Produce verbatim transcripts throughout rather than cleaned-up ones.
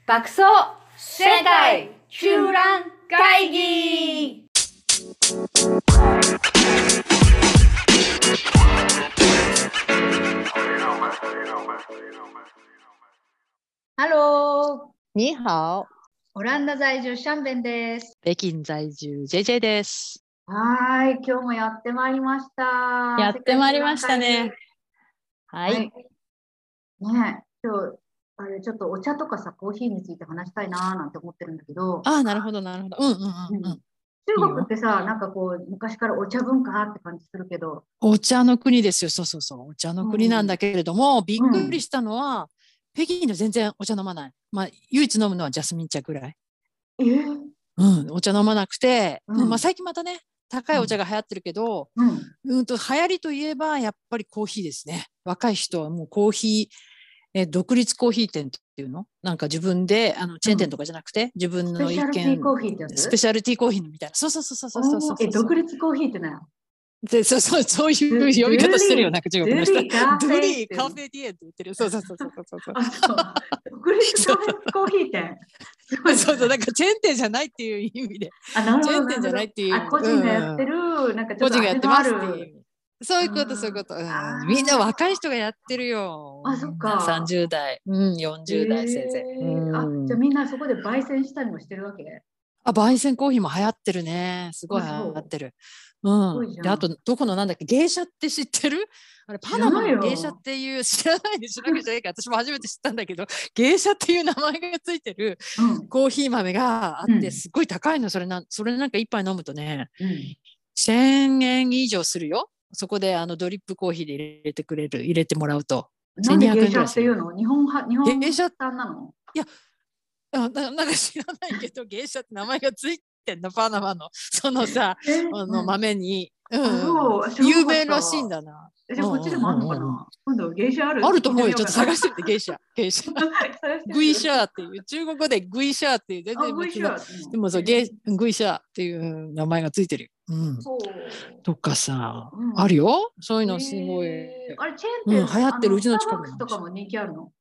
爆走世界中覧会議。ハロー、 你好。 オランダ在住シャンベンです。 北京在住 ジェイジェイ です。 はい、今日もやってまいりました。 やってまいりましたね。はい。はい、 ね、今日あれちょっとお茶とかさ、コーヒーについて話したいなーなんて思ってるんだけど。 ああ、なるほどなるほど。うんうんうんうん。うん、 中国ってさ、なんかこう昔からお茶文化って感じするけど。 お茶の国ですよ。そうそうそう。お茶の国なんだけれども、うん、びっくりしたのは、うん、北京で全然お茶飲まない。まあ唯一飲むのはジャスミン茶ぐらい。 えー、 うん、お茶飲まなくて、 うん、 まあ最近またね。高いお茶が流行ってるけど、 うん、 うんと流行りといえばやっぱりコーヒーですね。若い人はもうコーヒー、え独立コーヒー店っていうのなんか自分であのチェーン店とかじゃなくて、うん、自分の一軒スペシャルティーコーヒーみたいな。そうそうそうそうそうそうそう。 え、独立コーヒーって何？ で、そうそう、そういう呼び方してるよ、なんか中国の人。ドゥリーカフェディエって言ってる。そうそうそうそうそうそう。 あ、そう。独立カフェコーヒー店。 そうそう、なんかチェーン店じゃないっていう意味で。 あ、なるほど。 チェーン店じゃないっていう。 あ、個人がやってる、なんかちょっと味のある。 個人がやってますっていう。そういうこと、そういうこと。うん、みんな若い人がやってるよ。 あ、そっか。 さんじゅう代、うん、よんじゅう代せいぜい。うん、 あ、じゃあみんなそこで焙煎したりもしてるわけ？ あ、焙煎コーヒーも流行ってるね。すごい流行ってる。うん。で、あと、どこのなんだっけ、芸者って知ってる？あれ、パナマの芸者っていう、知らないで知らなきゃいけないから、私も初めて知ったんだけど、芸者っていう名前がついてるコーヒー豆があって、すっごい高いの。それな、それなんか一杯飲むとね、うん、せんえん以上するよ。そこであのドリップコーヒーで入れてくれる、入れてもらうと。 なんで芸者っていうの？日本派、日本芸者なの？ いや、な, なんか知らないけど芸者って名前がついてんの、パナマのそのさ、あの豆に、うんうん、有名らしいんだな。 じゃあこっちでもあるのかな、うんうんうん、今度芸者ある？ あると思うよ。ちょっと探してみて。芸者芸者グイシャーっていう、中国語でグイシャーっていう、全然別の、でもそう、ゲグイシャーっていう名前がついてる。うん、とかさ、うん、あるよ。そういうのすごい、 えー、あれチェーン店、 うん、流行ってる。うちの近くスターバックスとかも人気あるの？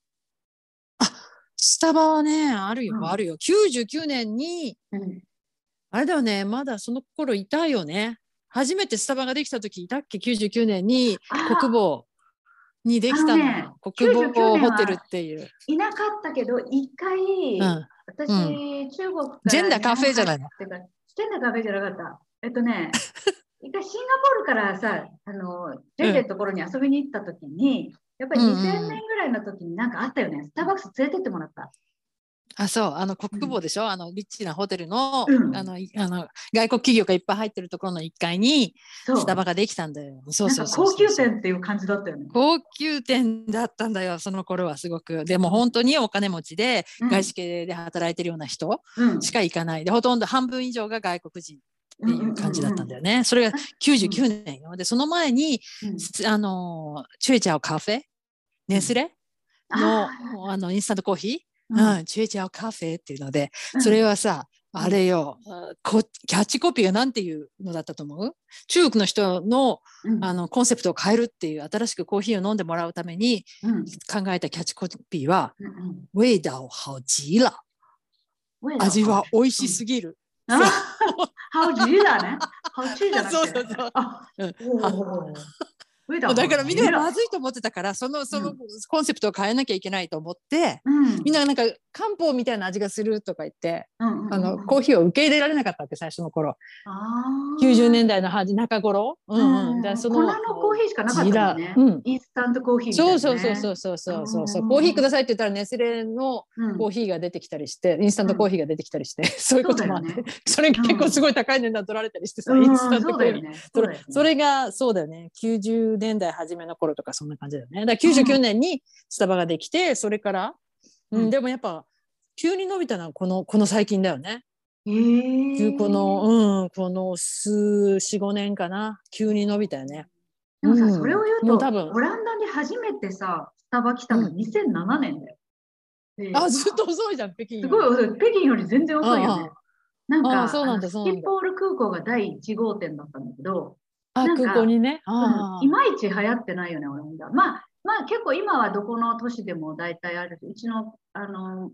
スタバはね、あるよ、うん、あるよ。きゅうじゅうきゅうねんに、うん、あれだよね、まだその頃いたよね。初めてスタバができた時いたっけ？きゅうじゅうきゅうねんに国防にできたの。ね、国防ホテルっていう。 いなかったけど、一回、うん、私、うん、中国からジェンダーカフェじゃないの？ ジェンダーカフェじゃなかった。えっとね、一回シンガポールからさ、あの、ジェンジェのところに遊びに行った時に、うん、やっぱりにせんねんぐらいの時になんかあったよね。うん、スターバックス連れてってもらった。 あ、そう、あの国防でしょ、うん、あのリッチなホテルの、うん、あの、あの外国企業がいっぱい入ってるところのいっかいにスタバができたんだよ。 そうそうそうそう。高級店っていう感じだったよね。 高級店だったんだよ、その頃はすごく。でも本当にお金持ちで、うん、外資系で働いてるような人しか行かない。で、ほとんど半分以上が外国人っていう感じだったんだよね。うんうんうん、それがきゅうじゅうきゅうねんよ。で、その前に、うん、あの、チュエチャオカフェ、ネスレの、うん、あの、インスタントコーヒー、うん、チュエチャオカフェっていうので、それはさ、うん、あれよ、こキャッチコピーがなんていうのだったと思う？中国の人の、うん、あのコンセプトを変えるっていう、新しくコーヒーを飲んでもらうために考えたキャッチコピーは、うん、味道好極了。味は美味しすぎる。 うん、好極了ね。好極じゃなくて。 そうそうそう。うんだからみんながまずいと思ってたから、そのそのコンセプトを変えなきゃいけないと思って、うん、みんながなんか漢方みたいな味がするとか言って、うんうんうん、あのコーヒーを受け入れられなかったわけ、最初の頃。きゅうじゅうねんだいの中頃、うんうん、 だその粉のコーヒーしかなかったもんね、うん、インスタントコーヒーみたいな、ね、 そうそうそうそうそうそうそう、コーヒーくださいって言ったらネスレのコーヒーが出てきたりして、うん、インスタントコーヒーが出てきたりして、うん、そういうこともあって、 そ,、ね、それ結構すごい高い値段取られたりしてさ、うん、インスタントコーヒー、ね、それ、それがそうだよね、きゅうじゅうねんだい初めの頃とかそんな感じだよね。だからきゅうじゅうきゅうねんにスタバができて、それから、うんうん、でもやっぱ急に伸びたのはこのこの最近だよね。 えー、 この、うん、この数四五年かな、急に伸びたよね。 でもさ、うん、それを言うと、うオランダに初めてさスタバ来たのにせんななねんだよ。 うん、あ、ずっと遅いじゃん、北京より。 すごい遅い、北京より全然遅いよね。なんかあ、そうなんだ、 スキッポール空港がだいいち号店だったんだけど、 あ、空港にね、 あ、うん、いまいち流行ってないよね、オランダ。まあまあ結構今はどこの都市でも大体あるし、うちのあの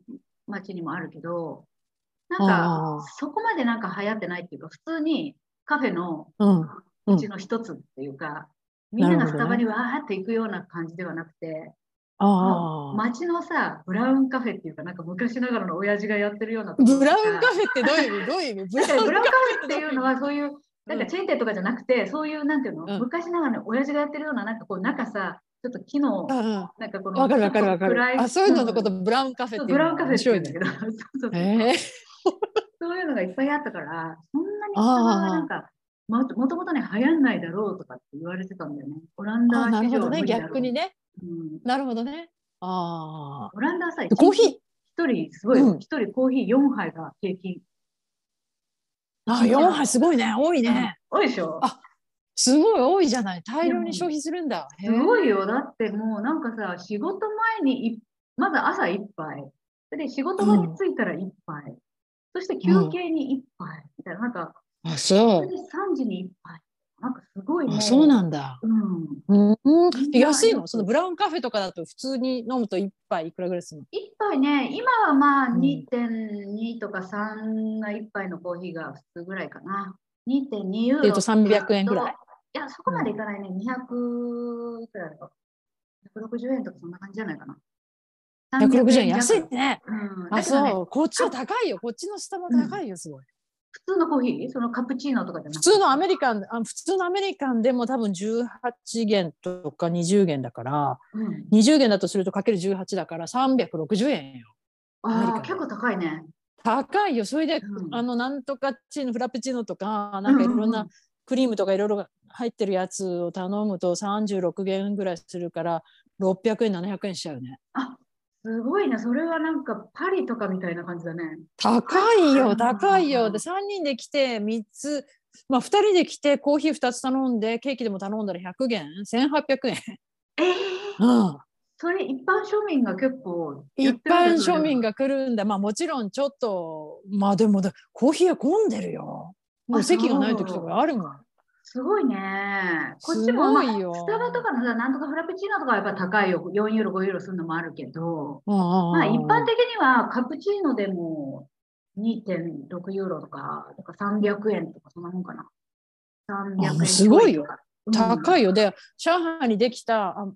街にもあるけど、なんかそこまでなんか流行ってないっていうか、普通にカフェのうちの一つっていうか、うん、みんながスタバにわーって行くような感じではなくて、あ街のさ、ブラウンカフェっていうか、なんか昔ながらの親父がやってるようなところとか。 ブラウンカフェってどういう意味どういう意味ブラウンカフェっていうのはそういう、なんかチェーン店とかじゃなくて、うん、そういうなんていうの、うん、昔ながらの親父がやってるような、なんかこう中さ、ちょっと木の、うん、なんかこの、 わかるわかるわかる。あ、そういうののことブラウンカフェっていうの。 ブラウンカフェって言うんだけど、そうそうそう。えー、そういうのがいっぱいあったから、そんなにスタバはなんか、もともとね、流行んないだろうとかって言われてたんだよね。オランダ市場は無理だろう。逆にね。 うん、 なるほどね。ああ。 オランダはさ、 コーヒー一人すごい、一、うん、人コーヒーよんはいが平均。 あ、よんはいすごいね。多いね。 うん、多いでしょ。 あ、すごい多いじゃない。大量に消費するんだ。 すごいよ。だってもうなんかさ、仕事前にまず朝一杯。で、仕事場に着いたら一杯。うん、そして休憩に一杯。みたいな、なんか、 あ、そう。 でさんじに一杯。なんかすごいもう。 あ、そうなんだ。 うん。 うん、安いの？そのブラウンカフェとかだと普通に飲むと一杯いくらぐらいするの？ 一杯ね、今はまあ にてんに とかさんが一杯のコーヒーが普通ぐらいかな。にてんに ユーロ。 えっとさんびゃくえんぐらい。 いや、そこまでいかないね。にひゃくいくらだろう。ひゃくろくじゅうえんとかそんな感じじゃないかな。 ひゃくろくじゅうえん安いね。 うん、 あ、そう。こっちは高いよ。こっちのスタバ高いよ、すごい。 普通のコーヒーそのカプチーノとかじゃなくて普通のアメリカンあ普通のアメリカンでも多分じゅうはちげんとかにじゅうげんだから、うん、にじゅうげんだとするとかけるじゅうはちだからさんびゃくろくじゅうえんよ。 ああ結構高いね。 高いよ。それで、うん、あのなんとかチーノフラペチーノとかなんかいろんなクリームとかいろいろ入ってるやつを頼むとさんじゅうろくげんぐらいするからろっぴゃくえんななひゃくえんしちゃうね。 あすごいな。それはなんかパリとかみたいな感じだね。 高いよ高いよ。でさんにんで来てみっつ、まあ、ふたりで来てコーヒーふたつ頼んでケーキでも頼んだらひゃくげんせんはっぴゃくえん。 えー、うん、それ一般庶民が結構一般庶民が来るんだ。まあもちろんちょっとまあでもコーヒーは混んでるよ。もう席がない時とかあるもん。 すごいね。こっちも、まあ、スタバとかのさ、なんとかフラペチーノとかはやっぱ高いよ。よんユーロ、ごユーロするのもあるけど、まあ一般的にはカプチーノでも にてんろくユーロとか、とかさんびゃくえんとかそんなもんかな。さんびゃくえんすごいよ。高いよ。で、上海にできた、あ、うん、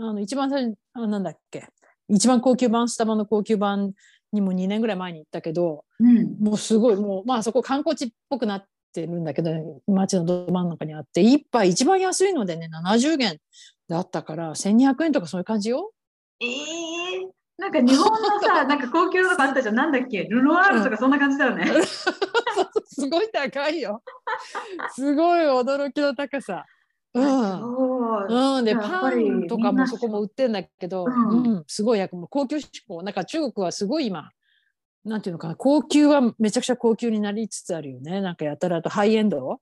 あの一番最初、あ、なんだっけ、一番高級版、スタバの高級版にもにねんぐらい前に行ったけど、うん、もうすごい、もう、まあそこ観光地っぽくなってるんだけど、街のど真ん中にあって、一杯一番安いのでね、ななじゅうげんだったから、せんにひゃくえんとかそういう感じよ。 ええー、なんか日本のさ、なんか高級とかあったじゃん、なんだっけ、ルノワールとかそんな感じだよね。うん、 すごい高いよ。すごい驚きの高さ。うん、うん、でパンとかもそこも売ってんだけど、うん、うん、すごい高級志向。なんか中国はすごい今なんていうのかな、高級はめちゃくちゃ高級になりつつあるよね。なんかやたらとハイエンド、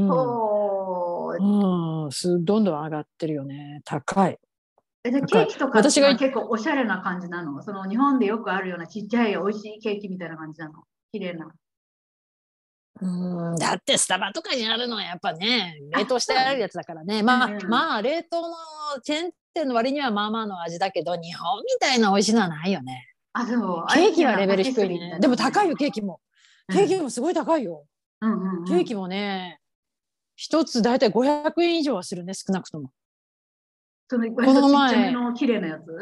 うんうん、すどんどん上がってるよね。高い。 えでケーキとか私が結構おしゃれな感じなの？その日本でよくあるようなちっちゃい美味しいケーキみたいな感じなの？綺麗な。 うん、だってスタバとかにあるのはやっぱね冷凍してあるやつだからね。まあ、うん、まあ冷凍のチェーン店の割にはまあまあの味だけど日本みたいな美味しいのはないよね。 あ、そう。 ケーキはレベル低いね。でも高いよケーキも。ケーキもすごい高いよ。うんうんうん、ケーキもね一つだいたいごひゃくえん以上はするね、少なくとも。 そのこの前の綺麗なやつ？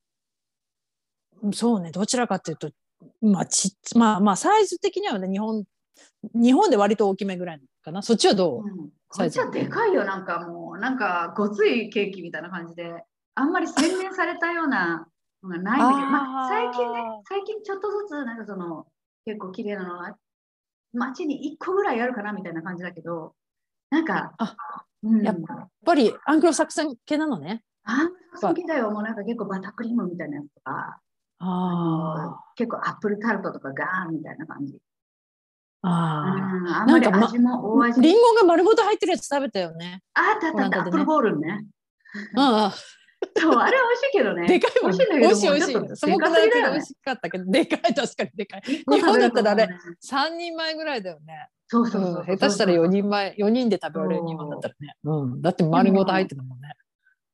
そうね、どちらかというと、まあちまあまあサイズ的にはね日本日本で割と大きめぐらいかな。そっちはどう？うん、 こっちはでかいよ。なんかもうなんかごついケーキみたいな感じで、あんまり洗練されたようなのがないんだけど、まあ最近ね、最近ちょっとずつなんかその結構綺麗なのが街にいっこぐらいあるかなみたいな感じだけど、なんか、 あ、うん、やっぱりアングロサクソン系なのね。 アングロサクソン系だよ。もうなんか結構バタークリームみたいなやつとか、ああ結構アップルタルトとかガーンみたいな感じ。 あ、 うん、あんまり味も大味。 リンゴが丸ごと入ってるやつ食べたよね。 あったあったあった、アップルボールね。 ああ。 そう、あれ美味しいけどね。 でかいもん。美味しい美味しい。素朴なやつが美味しかったけど、でかい、確かにでかい。日本だったらあれ、さんにんまえぐらいだよね。 そうそうそう。 下手したらよにんまえ、よにんで食べられる日本だったらね。うん。だって丸ごと入ってるもんね。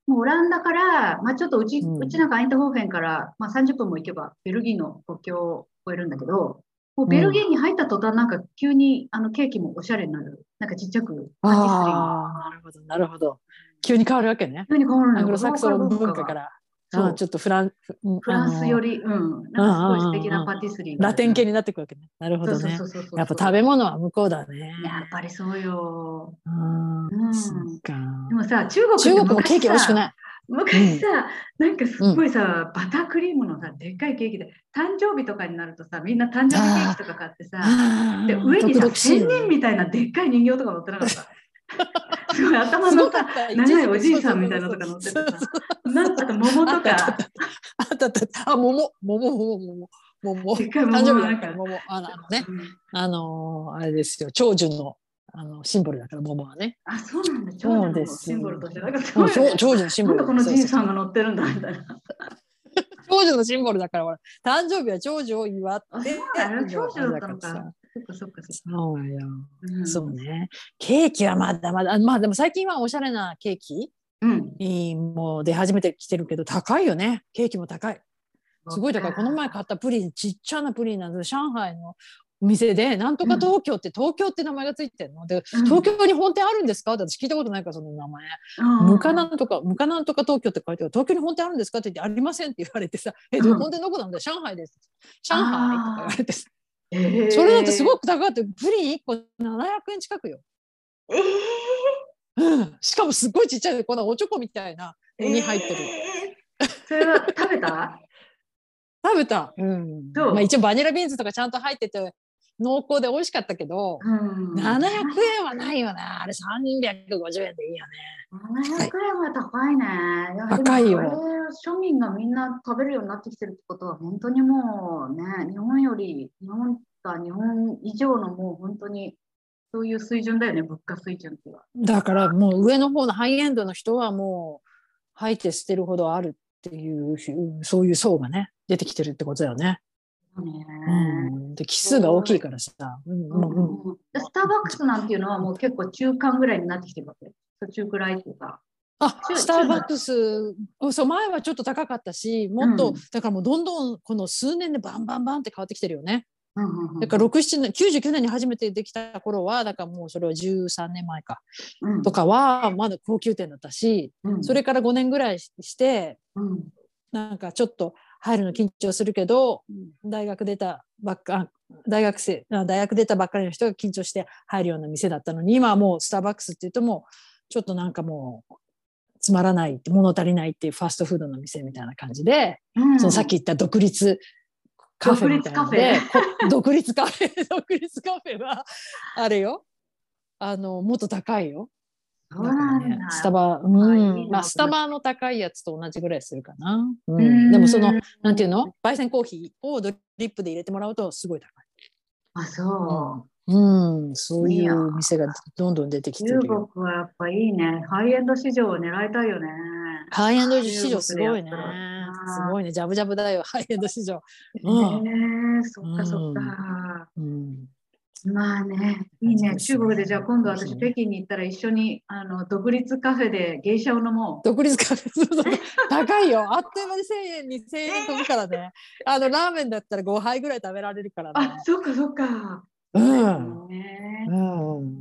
もうオランダから、まあ、ちょっとうち、 うん、 うちなんかアイントホーフェンから、まあ、さんじゅっぷんも行けばベルギーの国境を越えるんだけど、もうベルギーに入った途端なんか急にあのケーキもおしゃれになる。なんかちっちゃくパティスリー。 ああ、なるほど、なるほど。急に変わるわけね。 急に変わるのよ。 アングロサクソン文ローカル文化が。 化から。 そうあちょっとフラン、 フランスより、うん、なんかすごい素敵なパティスリーがある。 ラテン系になっていくわけね。なるほどね。やっぱ食べ物は向こうだね。 やっぱりそうよ。 うん、そうか。 でもさ、中国って中国もケーキ美味しくない。 昔さ、うん、なんかすっごいさ、バタークリームのさ、でっかいケーキで、誕生日とかになるとさ、みんな誕生日ケーキとか買ってさ、で、上にさ、仙人みたいなでっかい人形とか乗ってなかった。すごい頭のさ、長いおじいさんみたいなのとか乗っててさ、なんあと桃とか。 あったあった。あ、桃、桃、桃、桃。桃。誕生日だから桃。あのね、あの、あれですよ、長寿の。あのシンボルだから桃はね。 あ、そうなんだ。長寿のシンボルとして。なんかすごい、ね。 長寿のシンボル。 なんでこのじいさんが乗ってるんだみたいな。 長寿のシンボルだから、ほら、誕生日は長寿を祝って。 あれ長寿だったのか。そっかそっかそっか。 そうよ、うん。そうね。ケーキはまだまだ、まあでも最近はおしゃれなケーキ、うん、もう出始めてきてるけど、高いよね。ケーキも高い。すごい高い。この前買ったプリン、ちっちゃなプリンなんです。上海のお店で、なんとか東京って、うん、東京って名前がついてるので、うん、東京に本店あるんですかって私聞いたことないから、その名前。むかなんとか、むかなんとか東京って書いてある。東京に本店あるんですかって言って、ありませんって言われてさ、え、うん、本店どこなんだ上海です。上海とか言われてさ。えー、それだってすごく高かった。プリンいっこななひゃくえん近くよ。えーうん、しかもすっごいちっちゃい、このおチョコみたいなのに入ってる。 えー、それは食べた食べた、うんまあ、一応バニラビーンズとかちゃんと入ってて濃厚で美味しかったけど、うん、ななひゃくえんはないよな。あれさんびゃくごじゅうえんでいいよね。 ななひゃくえんは高いね。 高いよ。 庶民がみんな食べるようになってきてるってことは本当にもうね、日本より日本か日本以上のもう本当にそういう水準だよね、物価水準っては。 だからもう上の方のハイエンドの人はもう吐いて捨てるほどあるっていうそういう層がね出てきてるってことだよね。ねうん、で奇数が大きいからさ、うんうんうん、 スターバックスなんていうのはもう結構中間ぐらいになってきてるわけ。途中くらいっていうか。 あ、スターバックス、そう前はちょっと高かったし、もっと、うん、だからもうどんどんこの数年でバンバンバンって変わってきてるよね。うんうんうん、だからろく、ななねん、きゅうじゅうきゅうねんに初めてできた頃は、だからもうそれはじゅうさんねんまえか、うん、とかはまだ高級店だったし、うん、それからごねんぐらいして、うん、なんかちょっと入るの緊張するけど、大学出たばっか、大学生、大学出たばっかりの人が緊張して入るような店だったのに、今はもうスターバックスって言うともう、ちょっとなんかもう、つまらない、物足りないっていうファストフードの店みたいな感じで、うん、そのさっき言った独立カフェみたいなので、独立カフェ、独立カフェは、あれよ、あの、もっと高いよ。だからね、スタバ、うん、まあ、スタバの高いやつと同じぐらいするかな。うん、でもその、なんていうの焙煎コーヒーをドリップで入れてもらうとすごい高い。 あ、そう。 うん、そういう店がどんどん出てきてるよ。 中国はやっぱいいね。ハイエンド市場を狙いたいよね。 ハイエンド市場すごいね。すごいね。ジャブジャブだよ、ハイエンド市場。 うん、えー、そっかそっか。うんうんまあね、いいね。中国でじゃあ今度私、北京に行ったら一緒にあの独立カフェで芸者を飲もう。 独立カフェ、そうそう高いよ。あっという間にせんえん、にせんえん飛ぶからね。あのラーメンだったらごはいぐらい食べられるからね。 あ、そっかそっか。 うん。ねうん、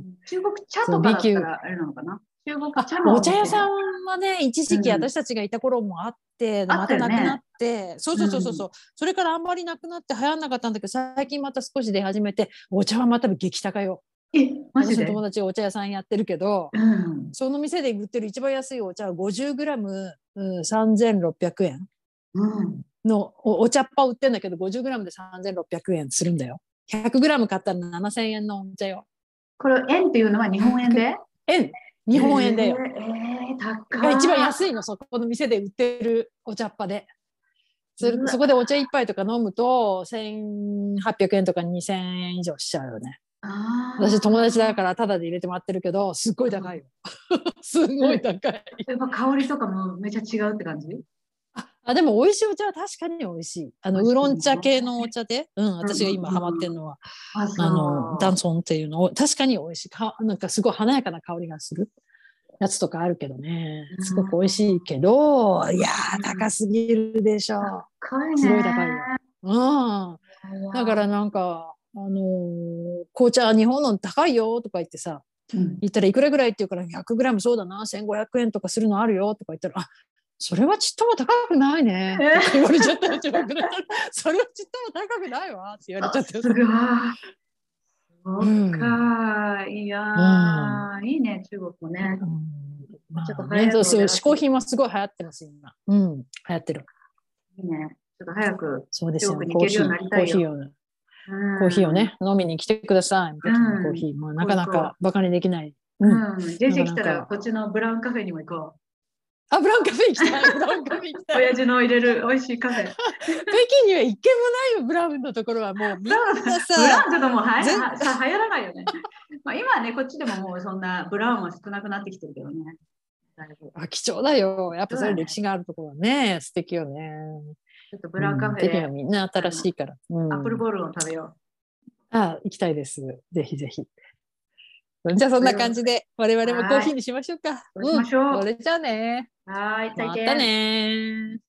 中国茶とかだったらあれなのかな中国茶のお茶屋さんはね、一時期私たちがいた頃もあって、うん、またなくなって、ね、そうそうそうそう、うん、それからあんまりなくなって流行んなかったんだけど、最近また少し出始めて、お茶はまた激高よ。 え、マジで？ 私の友達がお茶屋さんやってるけど、うん、その店で売ってる一番安いお茶は ごじゅうグラム、うん、さんぜんろっぴゃくえんの お, お茶っ葉売ってんだけど、ごじゅうグラムでさんぜんろっぴゃくえんするんだよ。ひゃくグラム買ったらななせんえんのお茶よ。これ円っていうのは日本円で？ 円。日本円でよ。 えー、えー、高い。 が一番安いの、そこの店で売ってるお茶っ葉で。そ, そこでお茶一杯とか飲むとせんはっぴゃくえんとかにせんえん以上しちゃうよね。あ私友達だからタダで入れてもらってるけど、すっごい高いよ。すごい高い。 やっぱ香りとかもめちゃ違うって感じ？ あでも美味しいお茶は確かに美味しい。あのウーロン茶系のお茶で、うん、私が今ハマってるのは、うんうんうん、あのダンソンっていうのを確かに美味しい。かなんかすごい華やかな香りがする。 やつとかあるけどね。すごく美味しいけど、いやー、高すぎるでしょ。 高いね。 すごい高いよ。うん。だからなんか、あのー紅茶日本の高いよとか言ってさ、うん、言ったらいくらぐらいって言うからひゃくグラムそうだな、せんごひゃくえんとかするのあるよとか言ったら、あ、それはちっとも高くないねって言われちゃったよ。それはちっとも高くないわって言われちゃったよ。 すごい。そっか、いやー、うん、いいね、中国もね。 うん、まあね、そうそう、嗜好品もすごい流行ってます、今。うん、流行ってる。 いいね。ちょっと早くそうですよ、 中国に行けるようになりたいよ。 コーヒーをね、飲みに来てください。北京のコーヒー。もうなかなかバカにできない。 うん。ジェシー来たら、こっちのブラウンカフェにも行こう。 あ、ブラウンカフェ行きたい。ブラウンカフェ行きたい。 親父の入れる美味しいカフェ。北京には一軒もないよ、ブラウンのところは。もうみんなさ。 ブラウンちょっともうはやは流行らないよね。まあ今はね、こっちでももうそんなブラウンは少なくなってきてるけどね。 あ、貴重だよ。やっぱそういう歴史があるところはね、素敵よね。 ちょっとブラウンカフェで。 北京はみんな新しいから。 アップルボールを食べよう。あ、行きたいです。ぜひぜひ。じゃあそんな感じで我々もコーヒーにしましょうか。 そうしましょう。 それじゃあね。 はい、再見。 またね。